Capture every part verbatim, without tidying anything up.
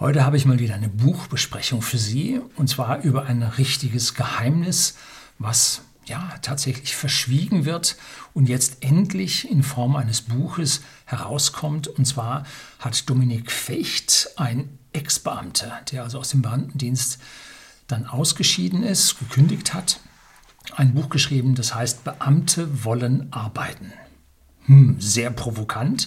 Heute habe ich mal wieder eine Buchbesprechung für Sie, und zwar über ein richtiges Geheimnis, was ja tatsächlich verschwiegen wird und jetzt endlich in Form eines Buches herauskommt. Und zwar hat Dominik Fecht, ein Ex-Beamter, der also aus dem Beamtendienst dann ausgeschieden ist, gekündigt hat, ein Buch geschrieben, das heißt Beamte wollen arbeiten. Hm, sehr provokant.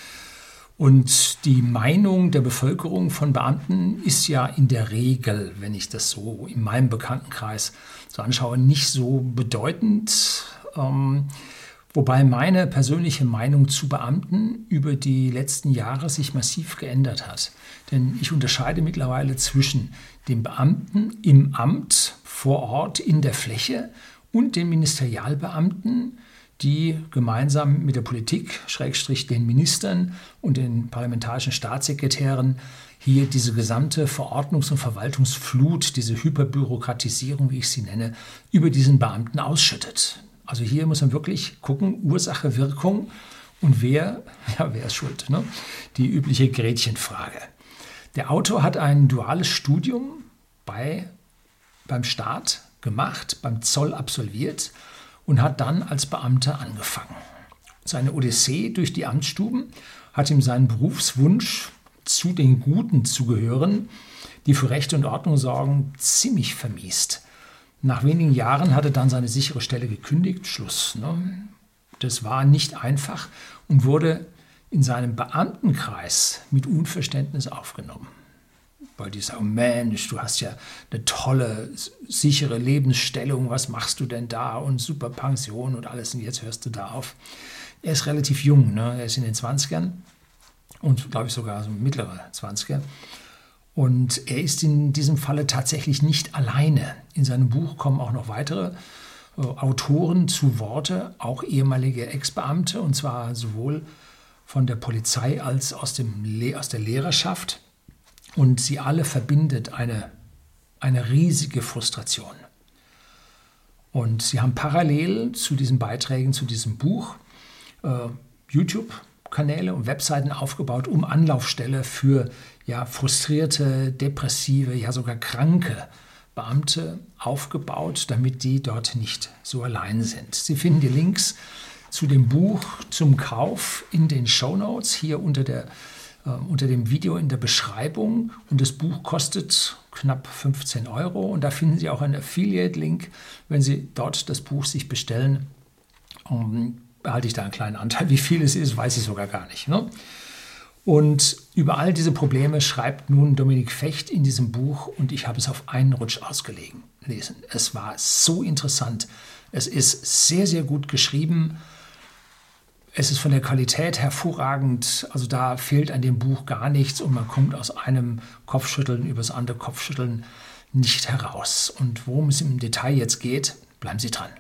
Und die Meinung der Bevölkerung von Beamten ist ja in der Regel, wenn ich das so in meinem Bekanntenkreis so anschaue, nicht so bedeutend. Ähm, wobei meine persönliche Meinung zu Beamten über die letzten Jahre sich massiv geändert hat. Denn ich unterscheide mittlerweile zwischen dem Beamten im Amt, vor Ort, in der Fläche und den Ministerialbeamten, die gemeinsam mit der Politik, Schrägstrich den Ministern und den parlamentarischen Staatssekretären hier diese gesamte Verordnungs- und Verwaltungsflut, diese Hyperbürokratisierung, wie ich sie nenne, über diesen Beamten ausschüttet. Also hier muss man wirklich gucken, Ursache, Wirkung und wer, ja, wer ist schuld, ne? Die übliche Gretchenfrage. Der Autor hat ein duales Studium bei, beim Staat gemacht, beim Zoll absolviert und hat dann als Beamter angefangen. Seine Odyssee durch die Amtsstuben hat ihm seinen Berufswunsch, zu den Guten zu gehören, die für Recht und Ordnung sorgen, ziemlich vermiest. Nach wenigen Jahren hat er dann seine sichere Stelle gekündigt, Schluss. Ne? Das war nicht einfach und wurde in seinem Beamtenkreis mit Unverständnis aufgenommen. Weil die sagen, Mensch, du hast ja eine tolle, sichere Lebensstellung, was machst du denn da und super Pension und alles und jetzt hörst du da auf. Er ist relativ jung, ne? Er ist in den zwanzigern und glaube ich sogar so mittlere zwanziger. Und er ist in diesem Falle tatsächlich nicht alleine. In seinem Buch kommen auch noch weitere äh, Autoren zu Worte, auch ehemalige Ex-Beamte, und zwar sowohl von der Polizei als aus, dem Le- aus der Lehrerschaft. Und sie alle verbindet eine, eine riesige Frustration. Und sie haben parallel zu diesen Beiträgen, zu diesem Buch, äh, YouTube-Kanäle und Webseiten aufgebaut, um Anlaufstelle für ja, frustrierte, depressive, ja sogar kranke Beamte aufgebaut, damit die dort nicht so allein sind. Sie finden die Links zu dem Buch zum Kauf in den Shownotes hier unter der unter dem Video in der Beschreibung, und das Buch kostet knapp fünfzehn Euro und da finden Sie auch einen Affiliate-Link. Wenn Sie dort das Buch sich bestellen, um, behalte ich da einen kleinen Anteil. Wie viel es ist, weiß ich sogar gar nicht. Ne? Und über all diese Probleme schreibt nun Dominik Fecht in diesem Buch und ich habe es auf einen Rutsch ausgelesen. Es war so interessant. Es ist sehr, sehr gut geschrieben. Es ist von der Qualität hervorragend, also da fehlt an dem Buch gar nichts und man kommt aus einem Kopfschütteln über das andere Kopfschütteln nicht heraus. Und worum es im Detail jetzt geht, bleiben Sie dran.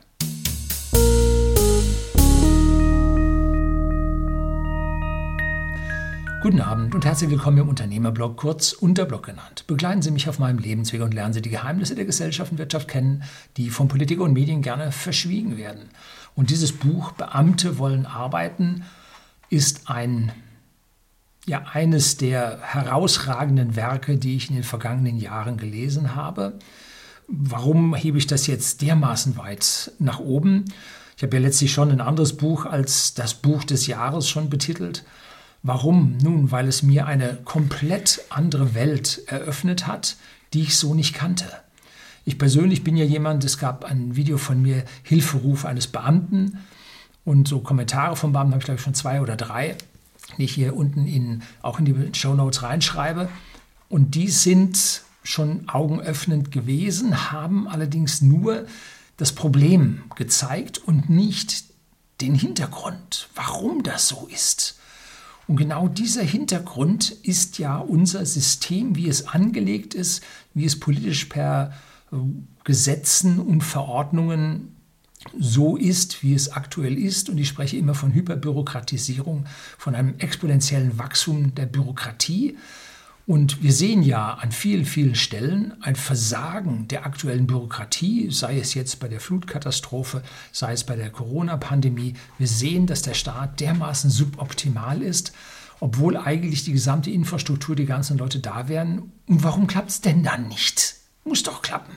Guten Abend und herzlich willkommen im Unternehmerblog, kurz Unterblog genannt. Begleiten Sie mich auf meinem Lebensweg und lernen Sie die Geheimnisse der Gesellschaft und Wirtschaft kennen, die von Politik und Medien gerne verschwiegen werden. Und dieses Buch Beamte wollen arbeiten ist ein, ja, eines der herausragenden Werke, die ich in den vergangenen Jahren gelesen habe. Warum hebe ich das jetzt dermaßen weit nach oben? Ich habe ja letztlich schon ein anderes Buch als das Buch des Jahres schon betitelt. Warum? Nun, weil es mir eine komplett andere Welt eröffnet hat, die ich so nicht kannte. Ich persönlich bin ja jemand, es gab ein Video von mir, Hilferuf eines Beamten, und so Kommentare vom Beamten habe ich glaube ich schon zwei oder drei, die ich hier unten in, auch in die Shownotes reinschreibe. Und die sind schon augenöffnend gewesen, haben allerdings nur das Problem gezeigt und nicht den Hintergrund, warum das so ist. Und genau dieser Hintergrund ist ja unser System, wie es angelegt ist, wie es politisch per Gesetzen und Verordnungen so ist, wie es aktuell ist. Und ich spreche immer von Hyperbürokratisierung, von einem exponentiellen Wachstum der Bürokratie. Und wir sehen ja an vielen, vielen Stellen ein Versagen der aktuellen Bürokratie, sei es jetzt bei der Flutkatastrophe, sei es bei der Corona-Pandemie. Wir sehen, dass der Staat dermaßen suboptimal ist obwohl eigentlich die gesamte Infrastruktur, die ganzen Leute da wären. Und warum klappt es denn dann nicht? Muss doch klappen.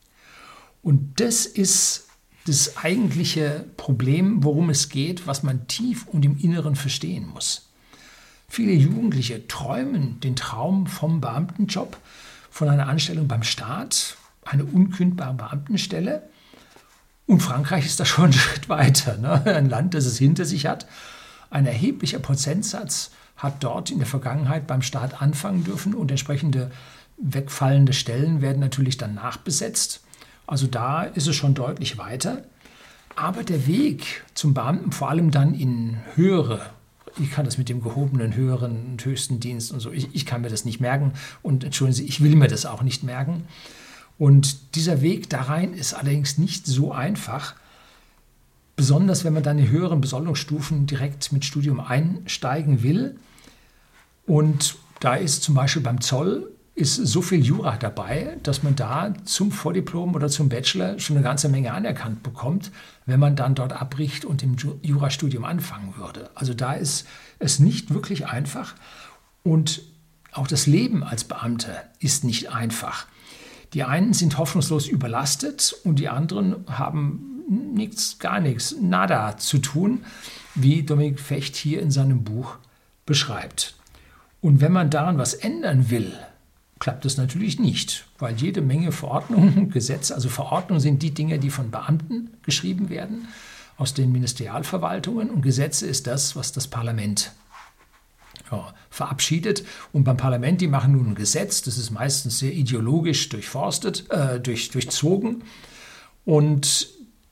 Und das ist das eigentliche Problem, worum es geht, was man tief und im Inneren verstehen muss. Viele Jugendliche träumen den Traum vom Beamtenjob, von einer Anstellung beim Staat, eine unkündbare Beamtenstelle. Und Frankreich ist da schon einen Schritt weiter, ne? Ein Land, das es hinter sich hat. Ein erheblicher Prozentsatz hat dort in der Vergangenheit beim Staat anfangen dürfen und entsprechende wegfallende Stellen werden natürlich dann nachbesetzt. Also da ist es schon deutlich weiter. Aber der Weg zum Beamten, vor allem dann in höhere, ich kann das mit dem gehobenen, höheren und höchsten Dienst und so, ich, ich kann mir das nicht merken und entschuldigen Sie, ich will mir das auch nicht merken. Und dieser Weg da rein ist allerdings nicht so einfach, besonders wenn man dann in höheren Besoldungsstufen direkt mit Studium einsteigen will. Und da ist zum Beispiel beim Zoll ist so viel Jura dabei, dass man da zum Vordiplom oder zum Bachelor schon eine ganze Menge anerkannt bekommt, wenn man dann dort abbricht und im Jurastudium anfangen würde. Also da ist es nicht wirklich einfach und auch das Leben als Beamter ist nicht einfach. Die einen sind hoffnungslos überlastet und die anderen haben nichts, gar nichts, nada zu tun, wie Dominik Fecht hier in seinem Buch beschreibt. Und wenn man daran was ändern will, klappt das natürlich nicht, weil jede Menge Verordnungen, Gesetze, also Verordnungen sind die Dinge, die von Beamten geschrieben werden, aus den Ministerialverwaltungen und Gesetze ist das, was das Parlament ja, verabschiedet. Und beim Parlament, die machen nun ein Gesetz, das ist meistens sehr ideologisch durchforstet, äh, durch, durchzogen und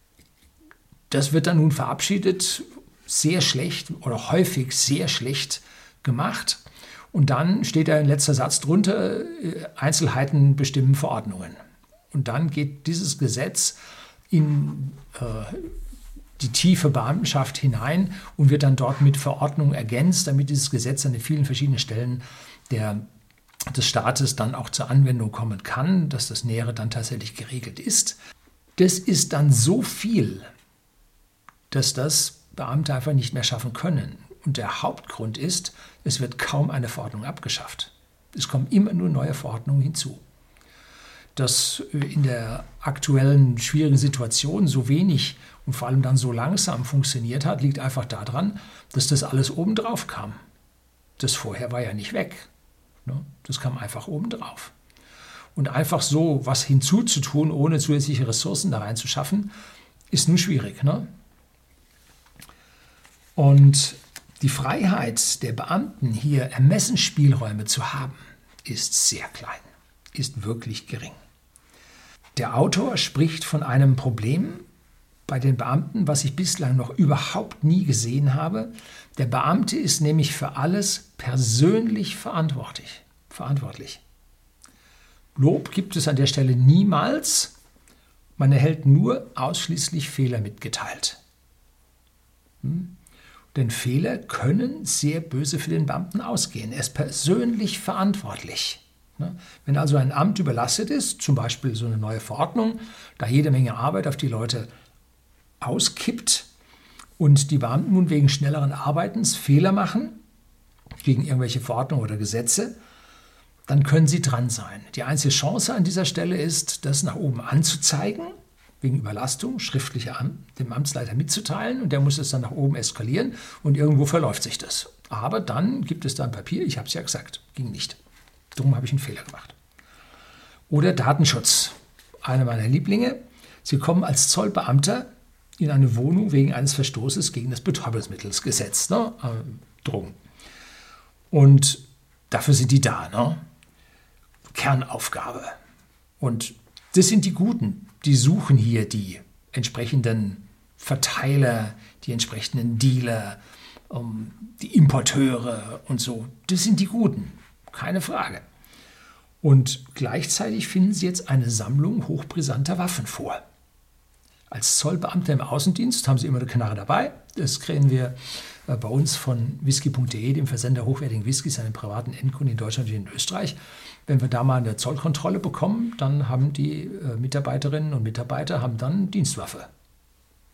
das wird dann nun verabschiedet, sehr schlecht oder häufig sehr schlecht gemacht. Und dann steht da ein letzter Satz drunter, Einzelheiten bestimmen Verordnungen. Und dann geht dieses Gesetz in äh, die tiefe Beamtenschaft hinein und wird dann dort mit Verordnungen ergänzt, damit dieses Gesetz an den vielen verschiedenen Stellen der, des Staates dann auch zur Anwendung kommen kann, dass das Nähere dann tatsächlich geregelt ist. Das ist dann so viel, dass das Beamte einfach nicht mehr schaffen können. Und der Hauptgrund ist, es wird kaum eine Verordnung abgeschafft. Es kommen immer nur neue Verordnungen hinzu. Dass in der aktuellen schwierigen Situation so wenig und vor allem dann so langsam funktioniert hat, liegt einfach daran, dass das alles obendrauf kam. Das vorher war ja nicht weg. Das kam einfach obendrauf. Und einfach so was hinzuzutun, ohne zusätzliche Ressourcen da reinzuschaffen, ist nun schwierig, ne? Und die Freiheit der Beamten, hier Ermessensspielräume zu haben, ist sehr klein, ist wirklich gering. Der Autor spricht von einem Problem bei den Beamten, was ich bislang noch überhaupt nie gesehen habe. Der Beamte ist nämlich für alles persönlich verantwortlich. verantwortlich. Lob gibt es an der Stelle niemals. Man erhält nur ausschließlich Fehler mitgeteilt. Hm? Denn Fehler können sehr böse für den Beamten ausgehen. Er ist persönlich verantwortlich. Wenn also ein Amt überlastet ist, zum Beispiel so eine neue Verordnung, da jede Menge Arbeit auf die Leute auskippt und die Beamten nun wegen schnelleren Arbeitens Fehler machen, gegen irgendwelche Verordnungen oder Gesetze, dann können sie dran sein. Die einzige Chance an dieser Stelle ist, das nach oben anzuzeigen, wegen Überlastung, schriftlich dem Amtsleiter mitzuteilen und der muss es dann nach oben eskalieren und irgendwo verläuft sich das. Aber dann gibt es da ein Papier, ich habe es ja gesagt, ging nicht. Darum habe ich einen Fehler gemacht. Oder Datenschutz, einer meiner Lieblinge. Sie kommen als Zollbeamter in eine Wohnung wegen eines Verstoßes gegen das Betäubungsmittelgesetz, ne? äh, Drogen. Und dafür sind die da, ne? Kernaufgabe. Und das sind die Guten. Die suchen hier die entsprechenden Verteiler, die entsprechenden Dealer, um, die Importeure und so. Das sind die Guten, keine Frage. Und gleichzeitig finden sie jetzt eine Sammlung hochbrisanter Waffen vor. Als Zollbeamter im Außendienst haben sie immer eine Knarre dabei. Das kriegen wir bei uns von whisky punkt de, dem Versender hochwertigen Whiskys an den privaten Endkunden in Deutschland und in Österreich. Wenn wir da mal eine Zollkontrolle bekommen, dann haben die äh, Mitarbeiterinnen und Mitarbeiter haben dann Dienstwaffe. So,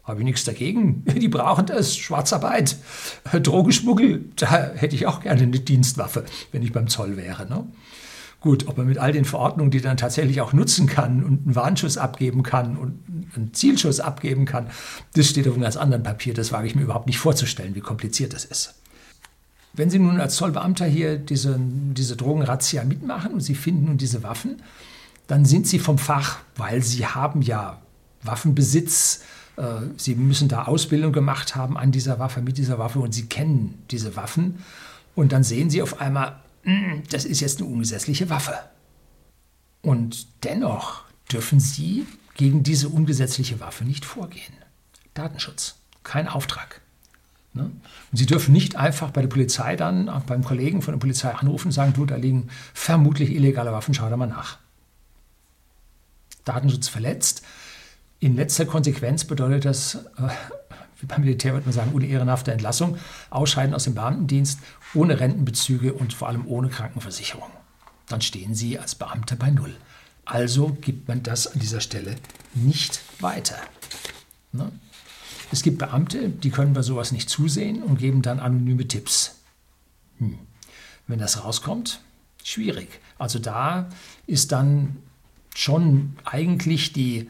habe ich nichts dagegen. Die brauchen das, Schwarzarbeit, Drogenschmuggel, da hätte ich auch gerne eine Dienstwaffe, wenn ich beim Zoll wäre. Ne? Gut, ob man mit all den Verordnungen, die dann tatsächlich auch nutzen kann und einen Warnschuss abgeben kann und einen Zielschuss abgeben kann, das steht auf einem ganz anderen Papier. Das wage ich mir überhaupt nicht vorzustellen, wie kompliziert das ist. Wenn Sie nun als Zollbeamter hier diese, diese Drogenrazzia mitmachen und Sie finden nun diese Waffen, dann sind Sie vom Fach, weil Sie haben ja Waffenbesitz, äh, Sie müssen da Ausbildung gemacht haben an dieser Waffe, mit dieser Waffe und Sie kennen diese Waffen. Und dann sehen Sie auf einmal, das ist jetzt eine ungesetzliche Waffe. Und dennoch dürfen Sie gegen diese ungesetzliche Waffe nicht vorgehen. Datenschutz, kein Auftrag. Ne? Und Sie dürfen nicht einfach bei der Polizei dann, auch beim Kollegen von der Polizei anrufen und sagen, du, da liegen vermutlich illegale Waffen, schau da mal nach. Datenschutz verletzt. In letzter Konsequenz bedeutet das, äh, wie beim Militär würde man sagen, ohne ehrenhafte Entlassung, Ausscheiden aus dem Beamtendienst, ohne Rentenbezüge und vor allem ohne Krankenversicherung. Dann stehen Sie als Beamter bei Null. Also gibt man das an dieser Stelle nicht weiter. Ne? Es gibt Beamte, die können bei sowas nicht zusehen und geben dann anonyme Tipps. Hm. Wenn das rauskommt, schwierig. Also da ist dann schon eigentlich die,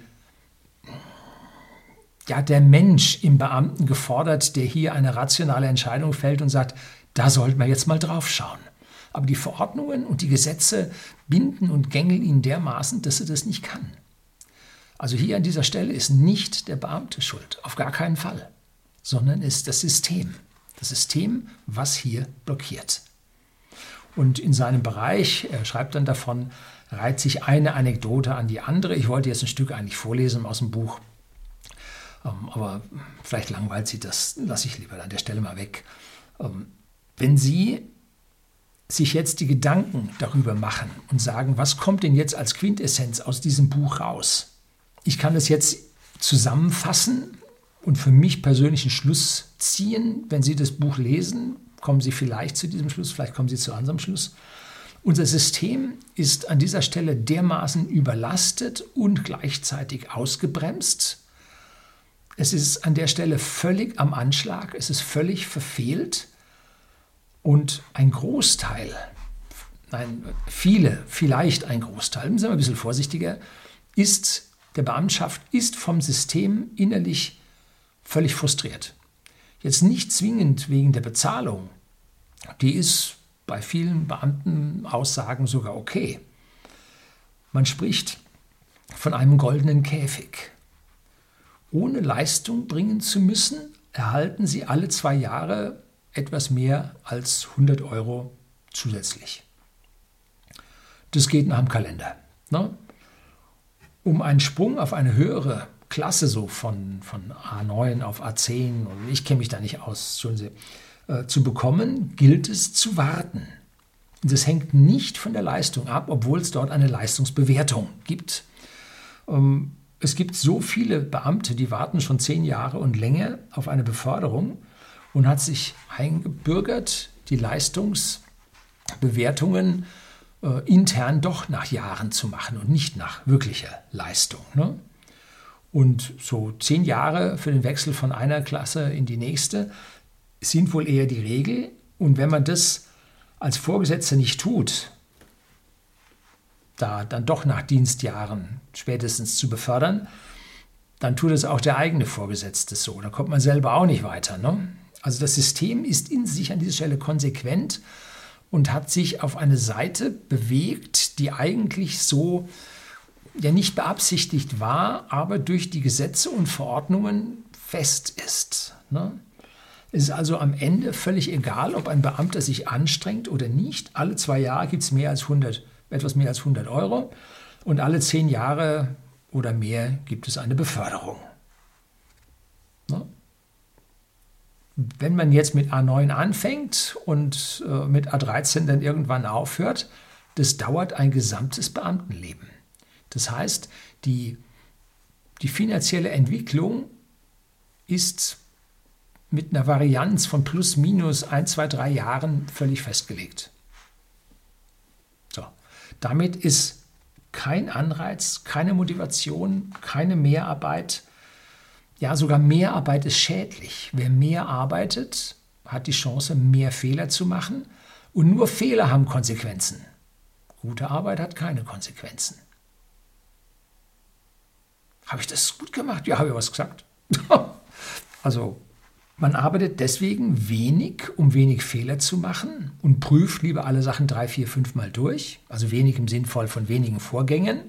ja, der Mensch im Beamten gefordert, der hier eine rationale Entscheidung fällt und sagt, da sollten wir jetzt mal drauf schauen. Aber die Verordnungen und die Gesetze binden und gängeln ihn dermaßen, dass er das nicht kann. Also hier an dieser Stelle ist nicht der Beamte schuld, auf gar keinen Fall, sondern ist das System. Das System, was hier blockiert. Und in seinem Bereich, er schreibt dann davon, reiht sich eine Anekdote an die andere. Ich wollte jetzt ein Stück eigentlich vorlesen aus dem Buch, aber vielleicht langweilt Sie das, lasse ich lieber an der Stelle mal weg. Wenn Sie sich jetzt die Gedanken darüber machen und sagen, was kommt denn jetzt als Quintessenz aus diesem Buch raus? Ich kann das jetzt zusammenfassen und für mich persönlich einen Schluss ziehen. Wenn Sie das Buch lesen, kommen Sie vielleicht zu diesem Schluss, vielleicht kommen Sie zu anderem Schluss. Unser System ist an dieser Stelle dermaßen überlastet und gleichzeitig ausgebremst. Es ist an der Stelle völlig am Anschlag, es ist völlig verfehlt und ein Großteil, nein, viele, vielleicht ein Großteil, sind wir ein bisschen vorsichtiger, ist der Beamtenschaft ist vom System innerlich völlig frustriert. Jetzt nicht zwingend wegen der Bezahlung, die ist bei vielen Beamtenaussagen sogar okay. Man spricht von einem goldenen Käfig. Ohne Leistung bringen zu müssen, erhalten Sie alle zwei Jahre etwas mehr als hundert Euro zusätzlich. Das geht nach dem Kalender. Ne? Um einen Sprung auf eine höhere Klasse, so von, von A neun auf A zehn, und ich kenne mich da nicht aus, schon sehr, äh, zu bekommen, gilt es zu warten. Und das hängt nicht von der Leistung ab, obwohl es dort eine Leistungsbewertung gibt. Ähm, es gibt so viele Beamte, die warten schon zehn Jahre und länger auf eine Beförderung und hat sich eingebürgert, die Leistungsbewertungen äh, intern doch nach Jahren zu machen und nicht nach wirklicher Leistung. Ne? Und so zehn Jahre für den Wechsel von einer Klasse in die nächste sind wohl eher die Regel. Und wenn man das als Vorgesetzter nicht tut, da dann doch nach Dienstjahren spätestens zu befördern, dann tut es auch der eigene Vorgesetzte so. Da kommt man selber auch nicht weiter. Ne? Also das System ist in sich an dieser Stelle konsequent und hat sich auf eine Seite bewegt, die eigentlich so ja nicht beabsichtigt war, aber durch die Gesetze und Verordnungen fest ist. Ne? Es ist also am Ende völlig egal, ob ein Beamter sich anstrengt oder nicht. Alle zwei Jahre gibt es mehr als hundert, etwas mehr als hundert Euro und alle zehn Jahre oder mehr gibt es eine Beförderung. Ne? Wenn man jetzt mit A neun anfängt und äh, mit A dreizehn dann irgendwann aufhört, das dauert ein gesamtes Beamtenleben. Das heißt, die, die finanzielle Entwicklung ist mit einer Varianz von plus minus ein, zwei, drei Jahren völlig festgelegt. So, damit ist kein Anreiz, keine Motivation, keine Mehrarbeit, Ja, sogar Mehrarbeit ist schädlich. Wer mehr arbeitet, hat die Chance, mehr Fehler zu machen. Und nur Fehler haben Konsequenzen. Gute Arbeit hat keine Konsequenzen. Habe ich das gut gemacht? Ja, habe ich was gesagt. Also, man arbeitet deswegen wenig, um wenig Fehler zu machen und prüft lieber alle Sachen drei, vier, fünf Mal durch. Also wenig im Sinn voll von wenigen Vorgängen.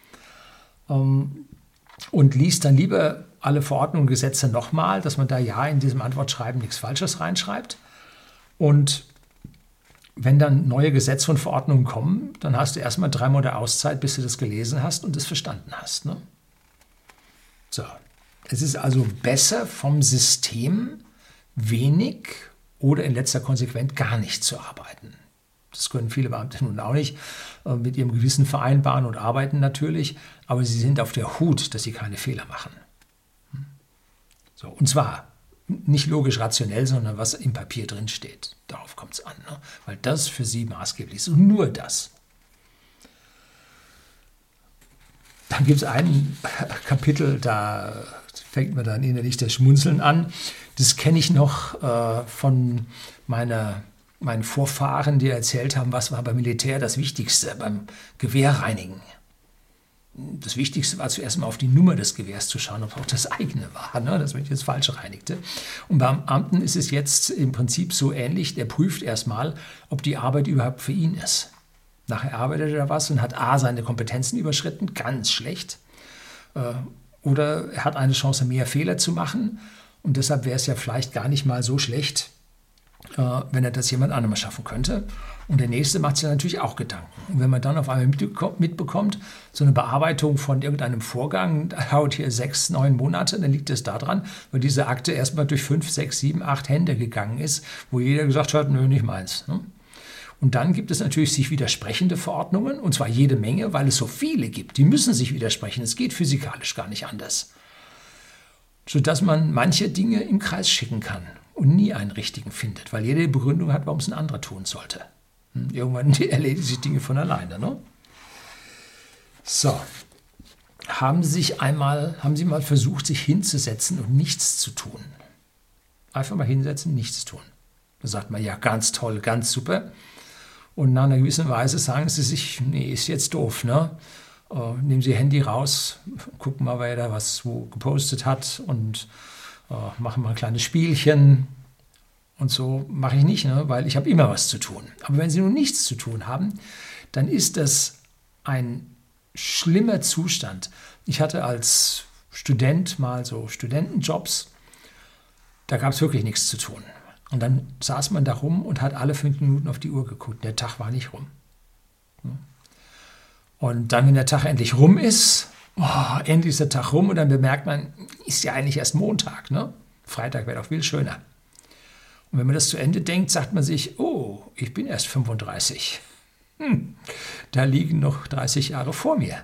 Und liest dann lieber alle Verordnungen und Gesetze nochmal, dass man da ja in diesem Antwortschreiben nichts Falsches reinschreibt. Und wenn dann neue Gesetze und Verordnungen kommen, dann hast du erstmal drei Monate Auszeit, bis du das gelesen hast und es verstanden hast. Ne? So. Es ist also besser vom System wenig oder in letzter Konsequenz gar nicht zu arbeiten. Das können viele Beamte nun auch nicht äh, mit ihrem Gewissen vereinbaren und arbeiten natürlich, aber sie sind auf der Hut, dass sie keine Fehler machen. So, und zwar nicht logisch rationell, sondern was im Papier drin steht. Darauf kommt es an, ne? Weil das für sie maßgeblich ist und nur das. Dann gibt es ein Kapitel, da fängt man dann innerlich das Schmunzeln an. Das kenne ich noch äh, von meiner, meinen Vorfahren, die erzählt haben, was war beim Militär das Wichtigste, beim Gewehrreinigen. Das Wichtigste war zuerst mal auf die Nummer des Gewehrs zu schauen, ob es auch das eigene war, ne? Dass man nicht das Falsche reinigte. Und beim Beamten ist es jetzt im Prinzip so ähnlich, der prüft erstmal, ob die Arbeit überhaupt für ihn ist. Nachher arbeitet er was und hat A, seine Kompetenzen überschritten, ganz schlecht. Äh, oder er hat eine Chance, mehr Fehler zu machen. Und deshalb wäre es ja vielleicht gar nicht mal so schlecht, äh, wenn er das jemand anderem schaffen könnte. Und der Nächste macht sich natürlich auch Gedanken. Und wenn man dann auf einmal mitbekommt, so eine Bearbeitung von irgendeinem Vorgang dauert hier sechs, neun Monate, dann liegt es daran, weil diese Akte erstmal durch fünf, sechs, sieben, acht Hände gegangen ist, wo jeder gesagt hat, nö, nicht meins. Ne? Und dann gibt es natürlich sich widersprechende Verordnungen, und zwar jede Menge, weil es so viele gibt. Die müssen sich widersprechen. Es geht physikalisch gar nicht anders. Sodass man manche Dinge im Kreis schicken kann und nie einen richtigen findet, weil jede Begründung hat, warum es ein anderer tun sollte. Irgendwann erledigen sich Dinge von alleine. Ne? So. Haben Sie sich einmal, haben Sie mal versucht, sich hinzusetzen und nichts zu tun? Einfach mal hinsetzen, nichts tun. Da sagt man, ja, ganz toll, ganz super. Und nach einer gewissen Weise sagen Sie sich, nee, ist jetzt doof. Ne? Uh, nehmen Sie Ihr Handy raus, gucken mal, wer da was wo gepostet hat und uh, machen mal ein kleines Spielchen. Und so mache ich nicht, ne? Weil ich habe immer was zu tun. Aber wenn Sie nun nichts zu tun haben, dann ist das ein schlimmer Zustand. Ich hatte als Student mal so Studentenjobs, da gab es wirklich nichts zu tun. Und dann saß man da rum und hat alle fünf Minuten auf die Uhr geguckt. Der Tag war nicht rum. Und dann, wenn der Tag endlich rum ist, oh, endlich ist der Tag rum und dann bemerkt man, ist ja eigentlich erst Montag. Ne? Freitag wäre doch viel schöner. Und wenn man das zu Ende denkt, sagt man sich, oh, ich bin erst fünfunddreißig. Hm, da liegen noch dreißig Jahre vor mir.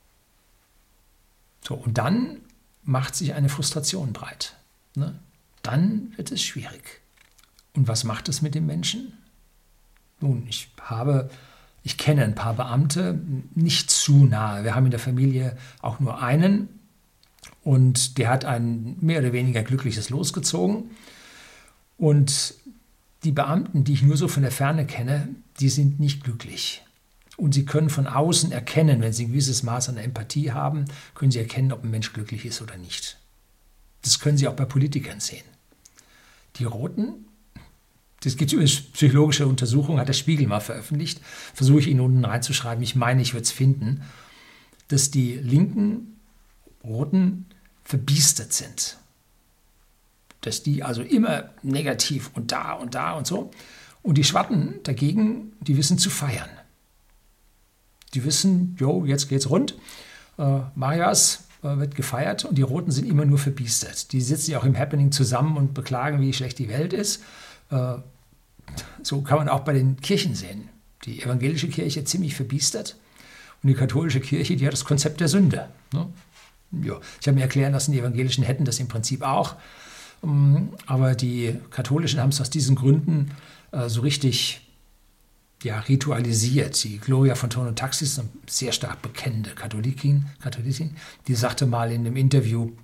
So, und dann macht sich eine Frustration breit. Ne? Dann wird es schwierig. Und was macht es mit dem Menschen? Nun, ich habe, ich kenne ein paar Beamte, nicht zu nahe. Wir haben in der Familie auch nur einen und der hat ein mehr oder weniger glückliches Los gezogen. Und die Beamten, die ich nur so von der Ferne kenne, die sind nicht glücklich. Und sie können von außen erkennen, wenn sie ein gewisses Maß an Empathie haben, können sie erkennen, ob ein Mensch glücklich ist oder nicht. Das können sie auch bei Politikern sehen. Die Roten, das gibt es übrigens psychologische Untersuchungen, hat der Spiegel mal veröffentlicht, versuche ich Ihnen unten reinzuschreiben, ich meine, ich würde es finden, dass die linken Roten verbiestert sind. Dass die also immer negativ und da und da und so. Und die Schwatten dagegen, die wissen zu feiern. Die wissen, jo, jetzt geht's rund. Äh, Marias äh, wird gefeiert und die Roten sind immer nur verbiestert. Die sitzen ja auch im Happening zusammen und beklagen, wie schlecht die Welt ist. Äh, so kann man auch bei den Kirchen sehen. Die evangelische Kirche ziemlich verbiestert und die katholische Kirche, die hat das Konzept der Sünde. Ne? Jo. Ich habe mir erklären lassen, die Evangelischen hätten das im Prinzip auch. Aber die Katholischen haben es aus diesen Gründen äh, so richtig ja, ritualisiert. Die Gloria von Turn und Taxis, eine sehr stark bekennende Katholikin, Katholikin, die sagte mal in einem Interview,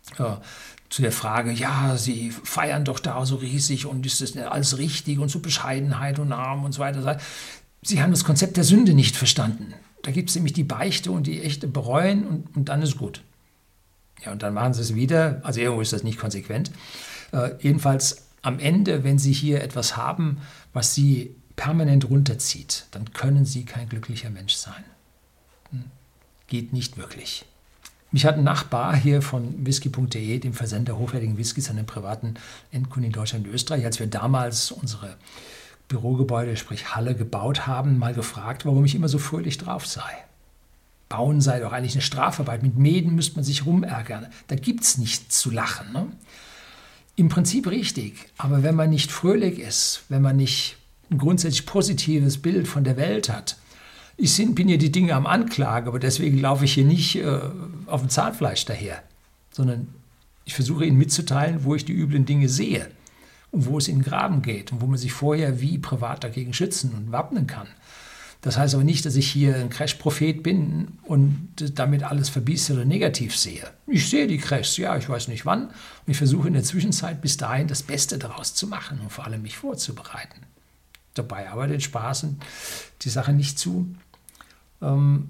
äh, zu der Frage, ja, Sie feiern doch da so riesig und ist das alles richtig und so Bescheidenheit und Arm und so weiter. Sie haben das Konzept der Sünde nicht verstanden. Da gibt es nämlich die Beichte und die echte Bereuen und, und dann ist gut. Ja, und dann machen sie es wieder. Also irgendwo ist das nicht konsequent. Äh, jedenfalls am Ende, wenn Sie hier etwas haben, was Sie permanent runterzieht, dann können Sie kein glücklicher Mensch sein. Hm. Geht nicht wirklich. Mich hat ein Nachbar hier von whisky punkt de, dem Versender hochwertigen Whiskys an den privaten Endkunden in Deutschland und Österreich, als wir damals unsere Bürogebäude, sprich Halle, gebaut haben, mal gefragt, warum ich immer so fröhlich drauf sei. Bauen sei doch eigentlich eine Strafarbeit. Mit Mäden müsste man sich rumärgern. Da gibt es nichts zu lachen. Ne? Im Prinzip richtig, aber wenn man nicht fröhlich ist, wenn man nicht ein grundsätzlich positives Bild von der Welt hat, ich bin hier die Dinge am Anklagen, aber deswegen laufe ich hier nicht äh, auf dem Zahnfleisch daher, sondern ich versuche Ihnen mitzuteilen, wo ich die üblen Dinge sehe und wo es in den Graben geht und wo man sich vorher wie privat dagegen schützen und wappnen kann. Das heißt aber nicht, dass ich hier ein Crash-Prophet bin und damit alles verbiest oder negativ sehe. Ich sehe die Crashs, ja, ich weiß nicht wann. Und ich versuche in der Zwischenzeit bis dahin das Beste daraus zu machen und vor allem mich vorzubereiten. Dabei aber den Spaß und die Sache nicht zu, ähm,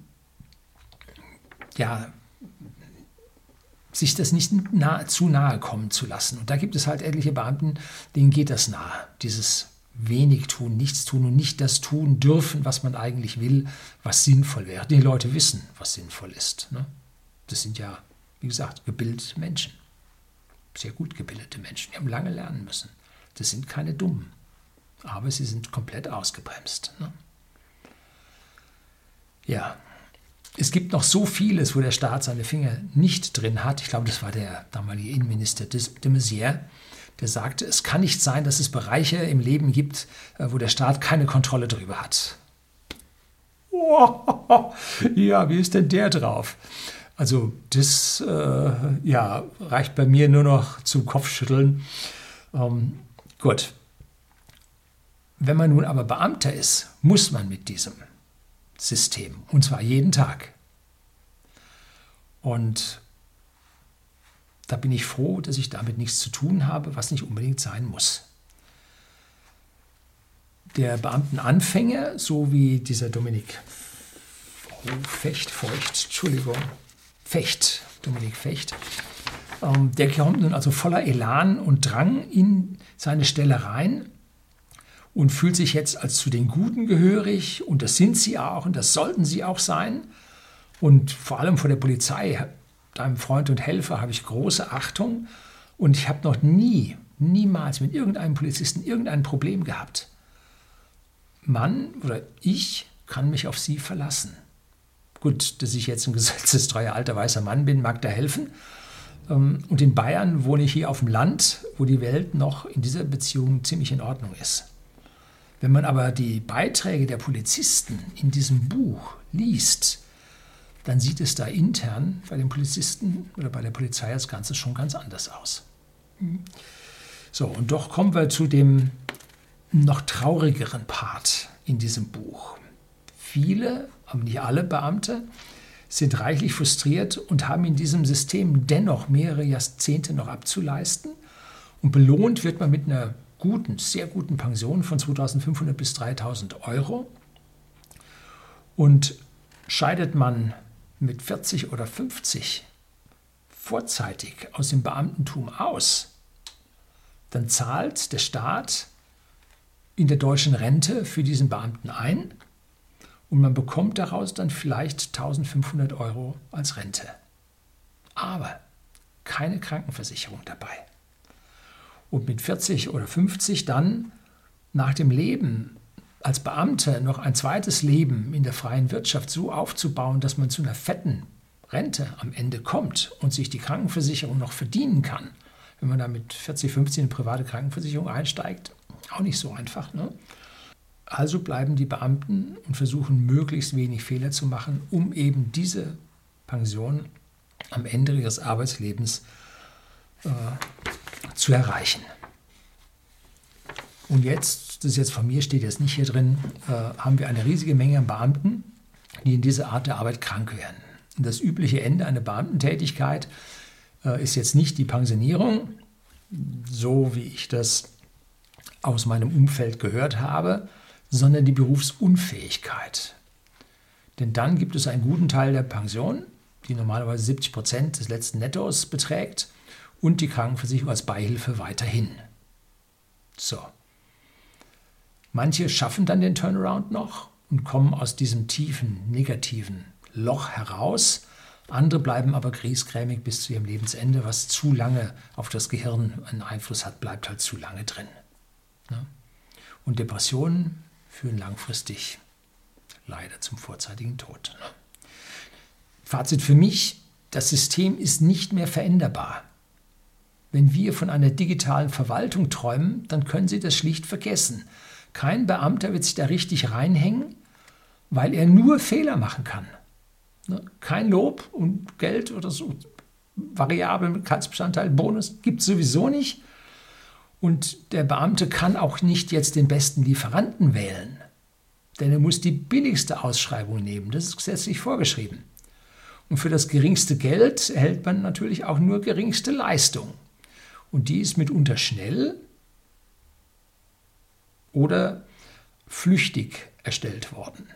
ja, sich das nicht nah, zu nahe kommen zu lassen. Und da gibt es halt etliche Beamten, denen geht das nahe, dieses wenig tun, nichts tun und nicht das tun dürfen, was man eigentlich will, was sinnvoll wäre. Die Leute wissen, was sinnvoll ist. Ne? Das sind ja, wie gesagt, gebildete Menschen. Sehr gut gebildete Menschen. Die haben lange lernen müssen. Das sind keine Dummen. Aber sie sind komplett ausgebremst. Ne? Ja, es gibt noch so vieles, wo der Staat seine Finger nicht drin hat. Ich glaube, das war der damalige Innenminister de Maizière, der sagte, es kann nicht sein, dass es Bereiche im Leben gibt, wo der Staat keine Kontrolle drüber hat. Ja, wie ist denn der drauf? Also das äh, ja, reicht bei mir nur noch zum Kopfschütteln. Ähm, gut. Wenn man nun aber Beamter ist, muss man mit diesem System, und zwar jeden Tag. Und da bin ich froh, dass ich damit nichts zu tun habe, was nicht unbedingt sein muss. Der Beamtenanfänger, so wie dieser Dominik oh, Fecht, Feucht, Entschuldigung, Fecht, Dominik Fecht, ähm, der kommt nun also voller Elan und Drang in seine Stelle rein und fühlt sich jetzt als zu den Guten gehörig, und das sind sie auch und das sollten sie auch sein. Und vor allem vor der Polizei, deinem Freund und Helfer, habe ich große Achtung, und ich habe noch nie, niemals mit irgendeinem Polizisten irgendein Problem gehabt. Mann oder ich kann mich auf sie verlassen. Gut, dass ich jetzt ein gesetzestreuer alter weißer Mann bin, mag da helfen. Und in Bayern wohne ich hier auf dem Land, wo die Welt noch in dieser Beziehung ziemlich in Ordnung ist. Wenn man aber die Beiträge der Polizisten in diesem Buch liest, dann sieht es da intern bei den Polizisten oder bei der Polizei das Ganze schon ganz anders aus. So, und doch kommen wir zu dem noch traurigeren Part in diesem Buch. Viele, aber nicht alle Beamte, sind reichlich frustriert und haben in diesem System dennoch mehrere Jahrzehnte noch abzuleisten. Und belohnt wird man mit einer guten, sehr guten Pension von zweitausendfünfhundert bis dreitausend Euro. Und scheidet man mit vierzig oder fünfzig vorzeitig aus dem Beamtentum aus, dann zahlt der Staat in der deutschen Rente für diesen Beamten ein und man bekommt daraus dann vielleicht eintausendfünfhundert Euro als Rente. Aber keine Krankenversicherung dabei. Und mit vierzig oder fünfzig dann nach dem Leben als Beamter noch ein zweites Leben in der freien Wirtschaft so aufzubauen, dass man zu einer fetten Rente am Ende kommt und sich die Krankenversicherung noch verdienen kann, wenn man da mit vierzig, fünfzig in eine private Krankenversicherung einsteigt, auch nicht so einfach. Ne? Also bleiben die Beamten und versuchen möglichst wenig Fehler zu machen, um eben diese Pension am Ende ihres Arbeitslebens äh, zu erreichen. Und jetzt, das ist jetzt von mir, steht jetzt nicht hier drin, äh, haben wir eine riesige Menge an Beamten, die in dieser Art der Arbeit krank werden. Und das übliche Ende einer Beamtentätigkeit äh, ist jetzt nicht die Pensionierung, so wie ich das aus meinem Umfeld gehört habe, sondern die Berufsunfähigkeit. Denn dann gibt es einen guten Teil der Pension, die normalerweise siebzig Prozent des letzten Nettos beträgt, und die Krankenversicherung als Beihilfe weiterhin. So. Manche schaffen dann den Turnaround noch und kommen aus diesem tiefen, negativen Loch heraus. Andere bleiben aber griesgrämig bis zu ihrem Lebensende, was zu lange auf das Gehirn einen Einfluss hat, bleibt halt zu lange drin. Und Depressionen führen langfristig leider zum vorzeitigen Tod. Fazit für mich, das System ist nicht mehr veränderbar. Wenn wir von einer digitalen Verwaltung träumen, dann können Sie das schlicht vergessen. Kein Beamter wird sich da richtig reinhängen, weil er nur Fehler machen kann. Kein Lob und Geld oder so, Variablen mit Kannstbestandteil, Bonus gibt es sowieso nicht. Und der Beamte kann auch nicht jetzt den besten Lieferanten wählen, denn er muss die billigste Ausschreibung nehmen. Das ist gesetzlich vorgeschrieben. Und für das geringste Geld erhält man natürlich auch nur geringste Leistung. Und die ist mitunter schnell oder flüchtig erstellt worden.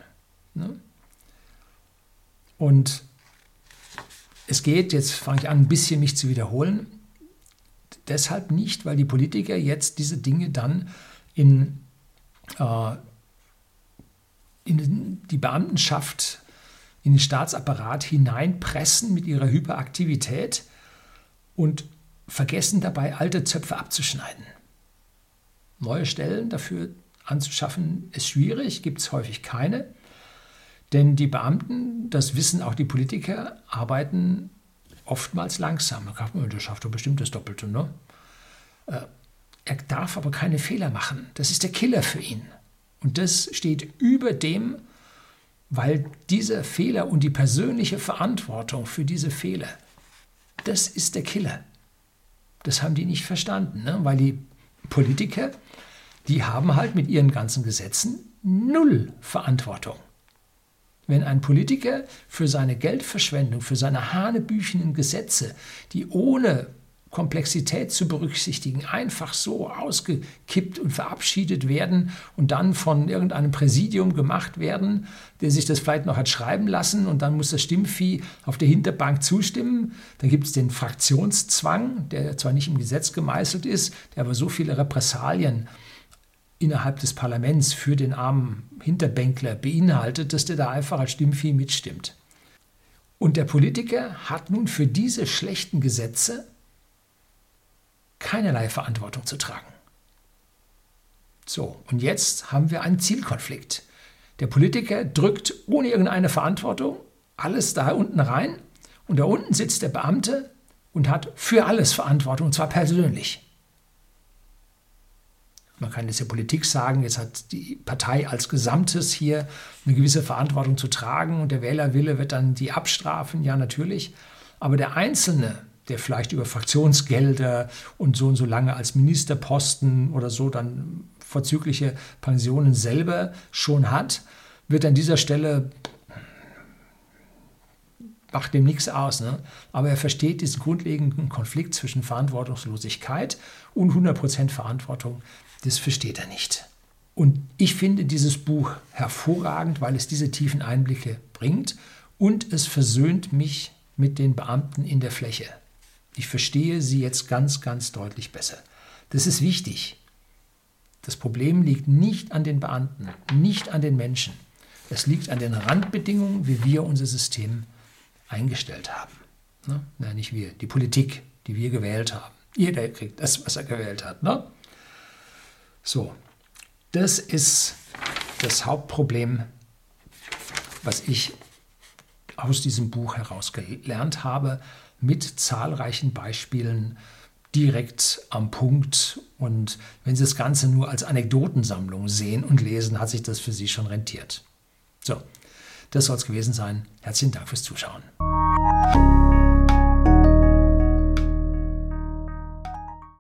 Und es geht, jetzt fange ich an, ein bisschen mich zu wiederholen, deshalb nicht, weil die Politiker jetzt diese Dinge dann in, äh, in die Beamtenschaft, in den Staatsapparat hineinpressen mit ihrer Hyperaktivität und vergessen dabei, alte Zöpfe abzuschneiden. Neue Stellen dafür anzuschaffen ist schwierig, gibt es häufig keine. Denn die Beamten, das wissen auch die Politiker, arbeiten oftmals langsam. Der schafft doch bestimmt das Doppelte. Ne? Er darf aber keine Fehler machen. Das ist der Killer für ihn. Und das steht über dem, weil dieser Fehler und die persönliche Verantwortung für diese Fehler, das ist der Killer. Das haben die nicht verstanden, ne? Weil die Politiker, die haben halt mit ihren ganzen Gesetzen null Verantwortung. Wenn ein Politiker für seine Geldverschwendung, für seine hanebüchenen Gesetze, die ohne Komplexität zu berücksichtigen, einfach so ausgekippt und verabschiedet werden und dann von irgendeinem Präsidium gemacht werden, der sich das vielleicht noch hat schreiben lassen und dann muss das Stimmvieh auf der Hinterbank zustimmen. Dann gibt es den Fraktionszwang, der zwar nicht im Gesetz gemeißelt ist, der aber so viele Repressalien innerhalb des Parlaments für den armen Hinterbänkler beinhaltet, dass der da einfach als Stimmvieh mitstimmt. Und der Politiker hat nun für diese schlechten Gesetze keinerlei Verantwortung zu tragen. So, und jetzt haben wir einen Zielkonflikt. Der Politiker drückt ohne irgendeine Verantwortung alles da unten rein und da unten sitzt der Beamte und hat für alles Verantwortung, und zwar persönlich. Man kann jetzt der Politik sagen, jetzt hat die Partei als Gesamtes hier eine gewisse Verantwortung zu tragen und der Wählerwille wird dann die abstrafen, ja natürlich. Aber der Einzelne, der vielleicht über Fraktionsgelder und so und so lange als Ministerposten oder so dann vorzügliche Pensionen selber schon hat, wird an dieser Stelle, macht dem nichts aus. Ne? Aber er versteht diesen grundlegenden Konflikt zwischen Verantwortungslosigkeit und hundert Prozent Verantwortung. Das versteht er nicht. Und ich finde dieses Buch hervorragend, weil es diese tiefen Einblicke bringt und es versöhnt mich mit den Beamten in der Fläche. Ich verstehe sie jetzt ganz, ganz deutlich besser. Das ist wichtig. Das Problem liegt nicht an den Beamten, nicht an den Menschen. Es liegt an den Randbedingungen, wie wir unser System eingestellt haben. Ne? Na, nicht wir, die Politik, die wir gewählt haben. Jeder kriegt das, was er gewählt hat. Ne? So, das ist das Hauptproblem, was ich aus diesem Buch heraus gelernt habe, mit zahlreichen Beispielen direkt am Punkt. Und wenn Sie das Ganze nur als Anekdotensammlung sehen und lesen, hat sich das für Sie schon rentiert. So, das soll es gewesen sein. Herzlichen Dank fürs Zuschauen.